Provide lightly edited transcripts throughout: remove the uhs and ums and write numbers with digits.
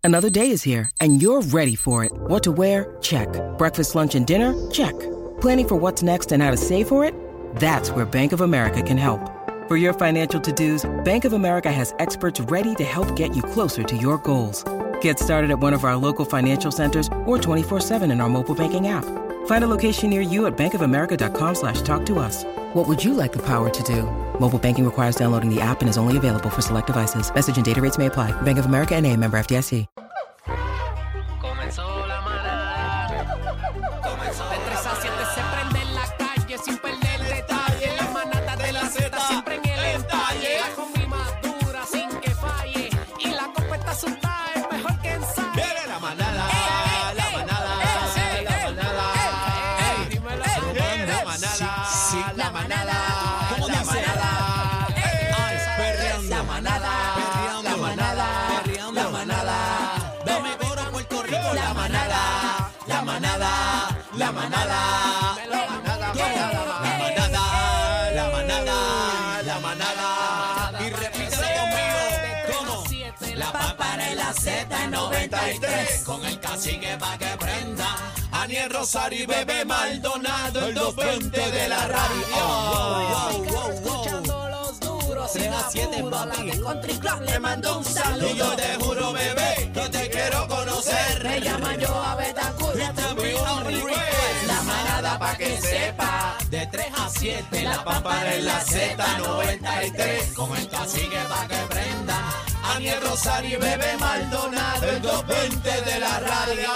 Another day is here, and you're ready for it. What to wear? Check. Breakfast, lunch, and dinner? Check. Planning for what's next and how to save for it? That's where Bank of America can help. For your financial to-dos, Bank of America has experts ready to help get you closer to your goals. Get started at one of our local financial centers or 24/7 in our mobile banking app. Find a location near you at bankofamerica.com/talktous. What would you like the power to do? Mobile banking requires downloading the app and is only available for select devices. Message and data rates may apply. Bank of America N.A., member FDIC. Comenzó la manada. Comenzó de 3 a 7 se prende en la calle sin perder detalle. La manada de la Z siempre en el entalle. La combi más dura sin que falle. Y la copa está asustada, es mejor que ensaye. Viene la manada, la manada, la manada. Dímelo. La manada, la manada. ¿Cómo dice? La manada. La manada, la manada, la manada. Dame coro Puerto Rico, la manada, la manada, la manada, la manada, la manada, la manada. Y repítelo conmigo, ¿cómo? La Pámpara en la Z93, con el cacique pa' que prenda. Aniel Rosario y Bebé Maldonado, el 220 de la radio. Escuchando los duros 3 a 7, papi. Country Club le mando un saludo. Y yo te juro, bebé, que te quiero conocer. Me llama yo a Betancourt. La manada pa' que sepa. De 3 a 7, la Pámpara en la Z93. Con el cacique pa' que prenda. Aniel Rosario y Bebé Maldonado, el 220 de la radio.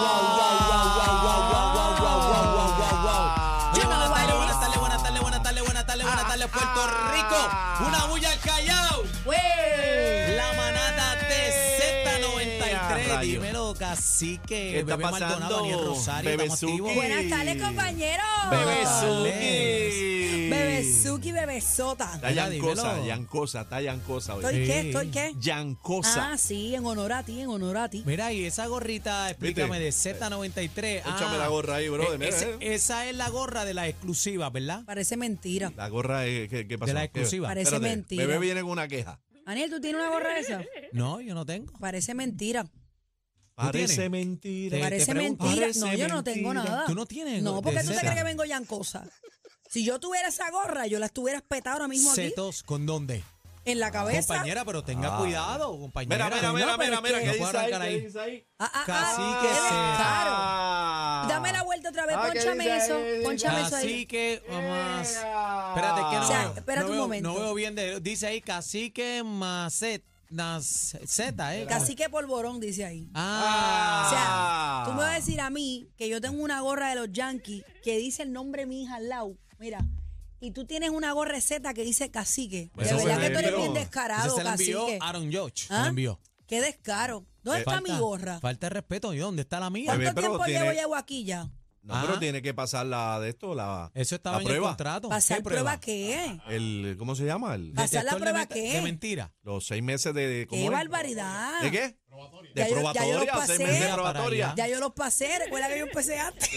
Buenas tardes, Puerto Rico. Una bulla al Callao. La manada de Z93. Dímelo, cacique. ¿Qué está Bebé pasando? Maldonado, Aniel Rosario. Estamos activos. Buenas tardes, compañeros. Bebezuki. Bebezuki, bebesota. Está yancosa hoy. ¿Estoy qué? Yancosa. Ah, sí, en honor a ti. Mira, y esa gorrita, explícame, de Z93. Échame la gorra ahí, bro. Esa es la gorra de las exclusivas, ¿verdad? Parece mentira. La gorra es, ¿qué pasó? De la exclusiva. Parece Espérate, mentira. Bebé viene con una queja. Aniel, ¿tú tienes una gorra de esa? No, yo no tengo. Parece mentira. Parece tienes? mentira. Parece pregunto. mentira. Parece No, yo no tengo mentira. nada. ¿Tú no tienes? No, de porque tú te Z? crees que vengo yancosa. Si yo tuviera esa gorra, yo la estuviera espetado ahora mismo aquí. Zetos, ¿con dónde? En la cabeza. Compañera, pero tenga cuidado, compañera. Mira, pero ¿qué no dice puedo arrancar ahí? ahí. ¿Qué dice ahí? Cacique qué descaro. Ah. Dame la vuelta otra vez, ¿qué pónchame dice eso. ahí? Pónchame eso ahí. Cacique más. Espérate, que no, O sea, espérate no un veo, momento. no veo bien. Dice ahí cacique más Z, Cacique polvorón, dice ahí. Ah. O sea, tú me vas a decir a mí que yo tengo una gorra de los Yankees que dice el nombre de mi hija al lado. Mira. Y tú tienes una gorra de Z que dice cacique. Pues De eso verdad se que tú eres envió. bien descarado, Ese se la envió cacique. Aaron George. Se ¿Ah? la envió. Qué descaro. ¿Dónde está mi gorra? Falta de respeto. ¿Y dónde está la mía? ¿Cuánto Bebé, pero tiempo tiene- llevo aquí ya? No, pero Ah. tiene que pasar la de esto, Eso estaba la en el prueba. contrato. ¿Pasar ¿Qué prueba qué? ¿Cómo se llama? ¿Pasar la Detector prueba de qué? De mentira. Los 6 meses de ¿cómo ¡Qué es? barbaridad! ¿De qué? De Ya yo los probatoria, pasé. 6 meses de Mira para probatoria. allá. Ya yo los pasé, recuerda que yo empecé antes.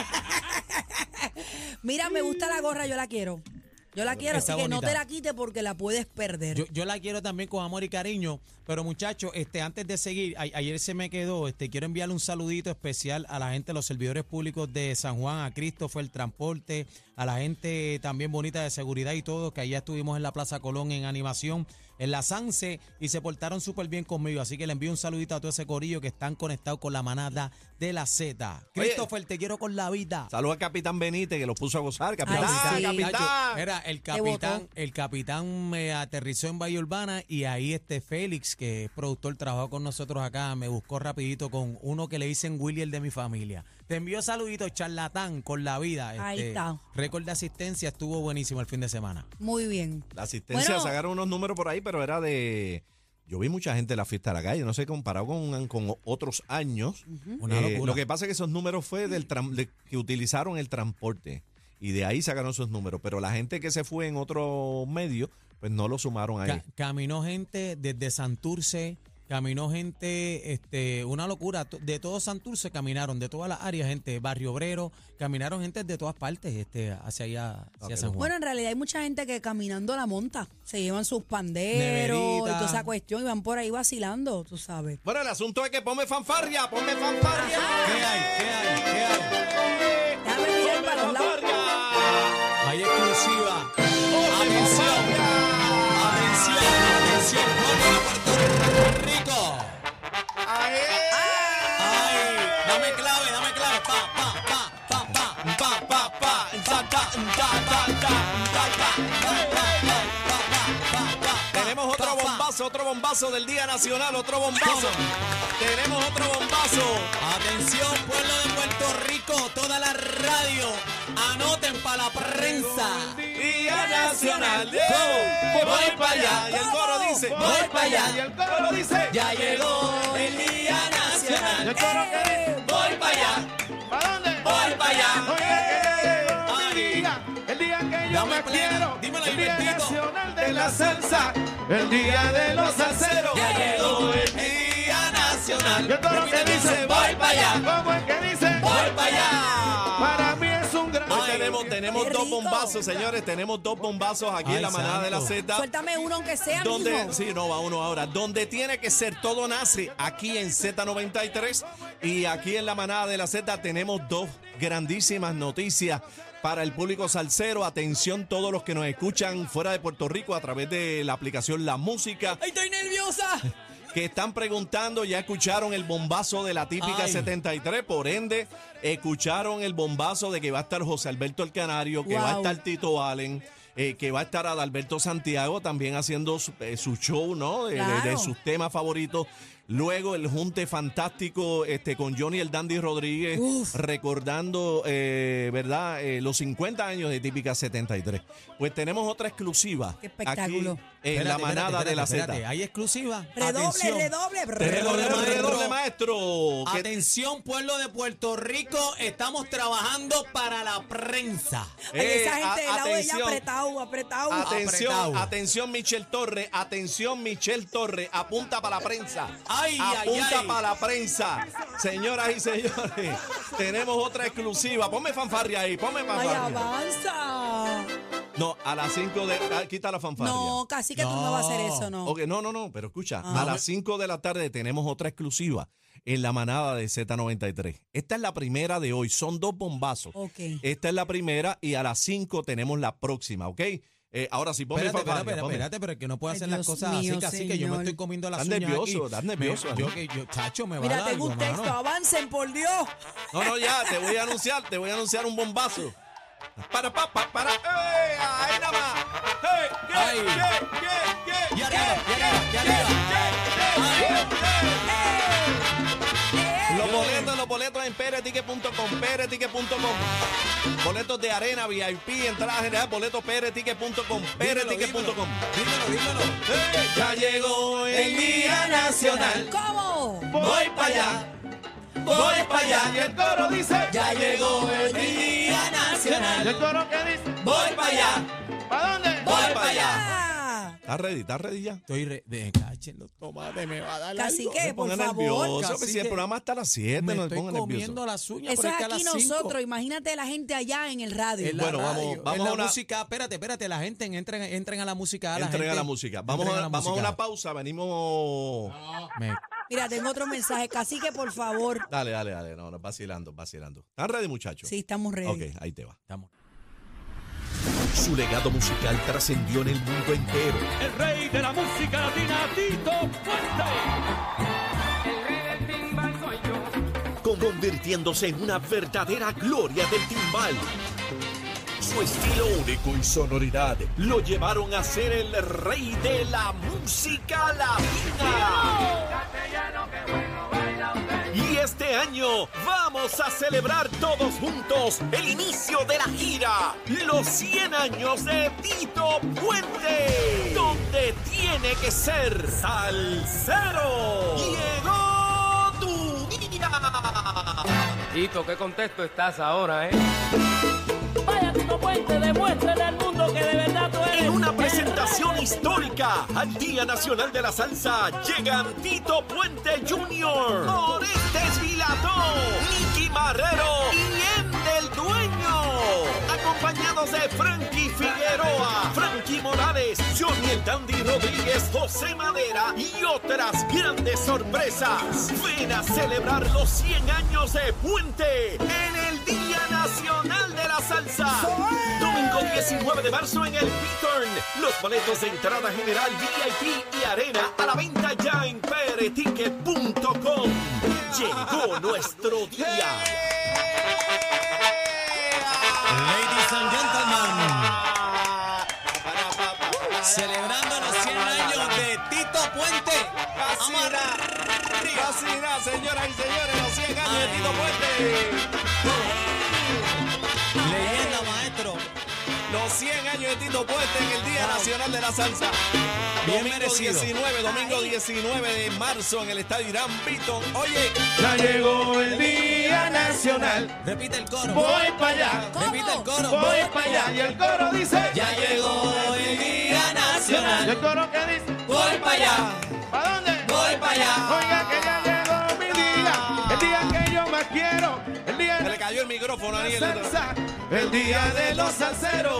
Mira, me gusta la gorra, yo la quiero. Yo la quiero, Está así que no bonita. te la quites porque la puedes perder. Yo la quiero también con amor y cariño, pero muchachos, antes de seguir, ayer se me quedó, quiero enviarle un saludito especial a la gente, los servidores públicos de San Juan, a Christopher el Transporte, a la gente también bonita de seguridad y todo, que allá estuvimos en la Plaza Colón en animación, en la Sanse, y se portaron súper bien conmigo, así que le envío un saludito a todo ese corillo que están conectados con la manada de la Z. Oye. Christopher, te quiero con la vida. Saludos al capitán Benítez que los puso a gozar. Capitán, Ay, sí. capitán. Era votó. el capitán me aterrizó en Bahía Urbana y ahí Félix, que es productor, trabajó con nosotros acá, me buscó rapidito con uno que le dicen Willy, el de mi familia. Te envío saluditos, charlatán, con la vida. Ahí está. Récord de asistencia estuvo buenísimo el fin de semana. Muy bien. La asistencia, Bueno. sacaron unos números por ahí, pero era de... Yo vi mucha gente en la fiesta de la calle, no sé, comparado con otros años. Una locura. Lo que pasa es que esos números fue que utilizaron el transporte. Y de ahí sacaron esos números. Pero la gente que se fue en otro medio, pues no lo sumaron ahí. Caminó gente desde Santurce, caminó gente, una locura. De todo Santurce caminaron, de todas las áreas, gente, Barrio Obrero, caminaron gente de todas partes hacia allá, hacia San Juan. Bueno, en realidad hay mucha gente que caminando la monta, se llevan sus panderos Neverita. y toda esa cuestión y van por ahí vacilando, tú sabes. Bueno, el asunto es que ponme fanfarria, ponme fanfarria. ¿Qué hay? Déjame mirar para los lados. Hay exclusiva. Atención, Puerto Rico. ¡Ay! Dame clave. Tenemos otro bombazo del Día Nacional, otro bombazo. Tenemos otro bombazo. Atención, pueblo de Puerto Rico, toda la radio, anoten para la prensa. Día Nacional. ¿Cómo? Voy para allá. Y el coro dice, Voy para allá. Y el coro dice, Ya llegó el Día Nacional. el coro que dice, Voy para allá, ¿para dónde? voy para allá. Ay. El día que yo Dame me plena, quiero, dímelo, el día Albertito. nacional de la salsa, el día de los salseros. Ya llegó el Día Nacional. Y el coro que dice, voy para allá, ¿cómo es que dice? voy para allá. Para mí es un gran... Hoy tenemos qué dos rico. bombazos, señores. Tenemos dos bombazos aquí en Ay, la manada de la santo. Z. Suéltame uno aunque sea, Donde, mijo. sí, no, va uno ahora. Donde tiene que ser, todo nace aquí en Z93. Y aquí en la manada de la Z tenemos dos grandísimas noticias para el público salsero. Atención todos los que nos escuchan fuera de Puerto Rico a través de la aplicación La Música, ¡Ay, estoy nerviosa! que están preguntando, ya escucharon el bombazo de la típica Ay. 73, por ende, escucharon el bombazo de que va a estar José Alberto el Canario, que va a Wow. estar Tito Allen, que va a estar Adalberto Santiago también haciendo su show, ¿no? De Claro. sus temas favoritos. Luego el junte fantástico con Johnny el Dandy Rodríguez, Uf. recordando, ¿verdad? Los 50 años de Típica 73. Pues tenemos otra exclusiva Qué espectáculo. aquí en la manada de la Z. Hay exclusiva. Redoble, Atención. redoble. Redoble, maestro. Que- Atención, pueblo de Puerto Rico, estamos trabajando para la prensa. Ay, esa gente del lado de ella atención. apretado. Apretado. Atención, Michelle Torre, apunta para la prensa. Ay, apunta ay. para la prensa. Señoras y señores, tenemos otra exclusiva. Ponme fanfarria ahí, ponme Ay, fanfarria. avanza. No, a las 5 de... quita la fanfarria. No, casi que tú no vas a hacer eso, ¿no? Ok, no, pero escucha, Ah. a las 5 de la tarde tenemos otra exclusiva en la manada de Z93. Esta es la primera de hoy, son dos bombazos. Ok. Esta es la primera y a las 5 tenemos la próxima, ¿ok? Ahora sí, ponme fanfarria, ponme. Espérate, pero es que no puedo Ay, hacer las Dios cosas mío, así, casi que yo me señor. estoy comiendo las Estás uñas nervioso, aquí. estás nervioso. Chacho, me va a Mira, dar tengo algo, un texto, mano. avancen, por Dios. No, ya, te voy a anunciar un bombazo. Para. Ahí nada más. Ay. Y arriba. Los boletos en pereticket.com. Boletos de arena, VIP, entrada general, boletos pereticket.com. Pereticket.com. Dímelo. Ya llegó el Día Nacional. ¿Cómo? Voy para allá. Y el coro dice, Ya llegó el Día y el Nacional. coro que dice, Voy para allá. ¿para dónde? Voy para allá. Ah, ¿Estás ready ya? Estoy de cachen los tomates, me va a dar Cacique, No me por ponga favor. nervioso, Cacique. pues si el programa está a las 7, Me no me estoy ponga comiendo nervioso. las uñas, Eso pero es que a aquí las 5. nosotros. Imagínate la gente allá en el radio. En la Bueno, radio, vamos en a la una- música. Espérate, la gente, entren a la música. Entrega la música. Vamos Entren a música. una pausa, venimos... Me- Mira, tengo otro mensaje. Cacique, por favor. Dale. No, vacilando. ¿Están ready, muchachos? Sí, estamos ready. Ok, ahí te va. estamos. Su legado musical trascendió en el mundo entero. El rey de la música latina, Tito Puente. Convirtiéndose en una verdadera gloria del timbal. Su estilo único y sonoridad lo llevaron a ser el rey de la música latina. Y este año vamos a celebrar todos juntos el inicio de la gira, los 100 años de Tito Puente, donde tiene que ser salsero. Llegó tu día. Tito, qué contexto estás ahora, ¿eh? Vaya Tito Puente, demuéstrale al mundo que de verdad tú eres. En una presentación histórica al Día Nacional de la Salsa llegan Tito Puente Jr., Orestes Vilató, Nicky Marrero y Endel Dueño, acompañados de Frankie Figueroa, Frankie Morales, Johnny el Dandy Rodríguez, José Madera y otras grandes sorpresas. Ven a celebrar los 100 años de Puente en el Día Nacional de la Salsa. Domingo 19 de marzo en el Beaturn. Los boletos de entrada general, VIP y arena a la venta ya en prticket.com. Llegó nuestro día. Ladies and gentlemen, celebrando los 100 años de Tito Puente. Casi nada, señoras y señores, los 100 años de Tito Puente. Leyenda, maestro. Los 100 años de Tito Puente en el Día Nacional de la Salsa. Bien Domingo merecido. 19 de marzo en el Estadio Irán Beaton. Oye, Ya llegó el Día Nacional. Repite el coro. Voy para allá. Repite el coro. Voy para allá. Y el coro dice. Ya llegó el Día ¿Y Nacional. el coro qué dice? Voy para allá. ¿Para dónde? Voy para allá. Oiga que ya llegó mi día. El día que yo más quiero. El día se de le cayó el micrófono a la Aniel. salsa. El día de los salseros.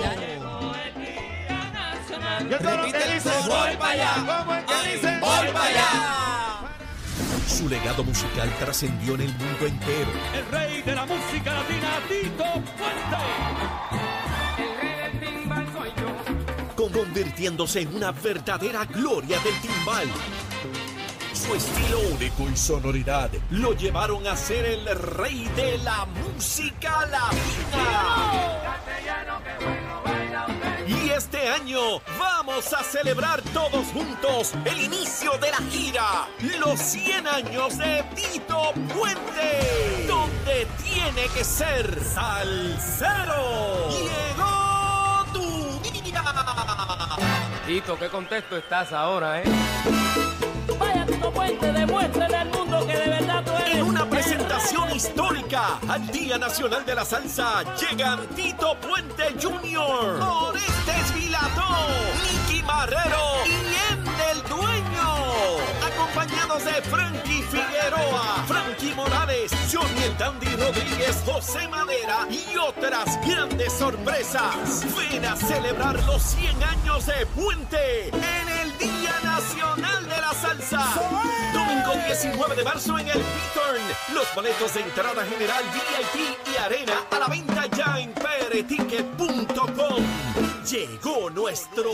¿Y el coro Repite qué el dice? coro. Voy para allá. ¿Cómo es que Ay, dice? voy para allá. Su legado musical trascendió en el mundo entero. El rey de la música latina, Tito Puente. El rey del timbal soy yo. Convirtiéndose en una verdadera gloria del timbal. Su estilo único y sonoridad lo llevaron a ser el rey de la música latina. Y este año vamos a celebrar todos juntos el inicio de la gira, los 100 años de Tito Puente, donde tiene que ser salsero. Llegó tu día. Tito, qué contento estás ahora, ¿eh? Vaya Tito Puente, demuéstrale al mundo que de verdad tú eres. En una presentación histórica al Día Nacional de la Salsa llegan Tito Puente Jr., Orestes Vilató, Nicky Marrero y Endel Dueño, acompañados de Frankie Figueroa, Frankie Morales, Johnny el Dandy Rodríguez, José Madera y otras grandes sorpresas. Ven a celebrar los 100 años de Puente en el Día Nacional de la Salsa. Domingo 19 de marzo en el Beaturn. Los boletos de entrada general, VIP y arena a la venta ya en prticket.com. Llegó nuestro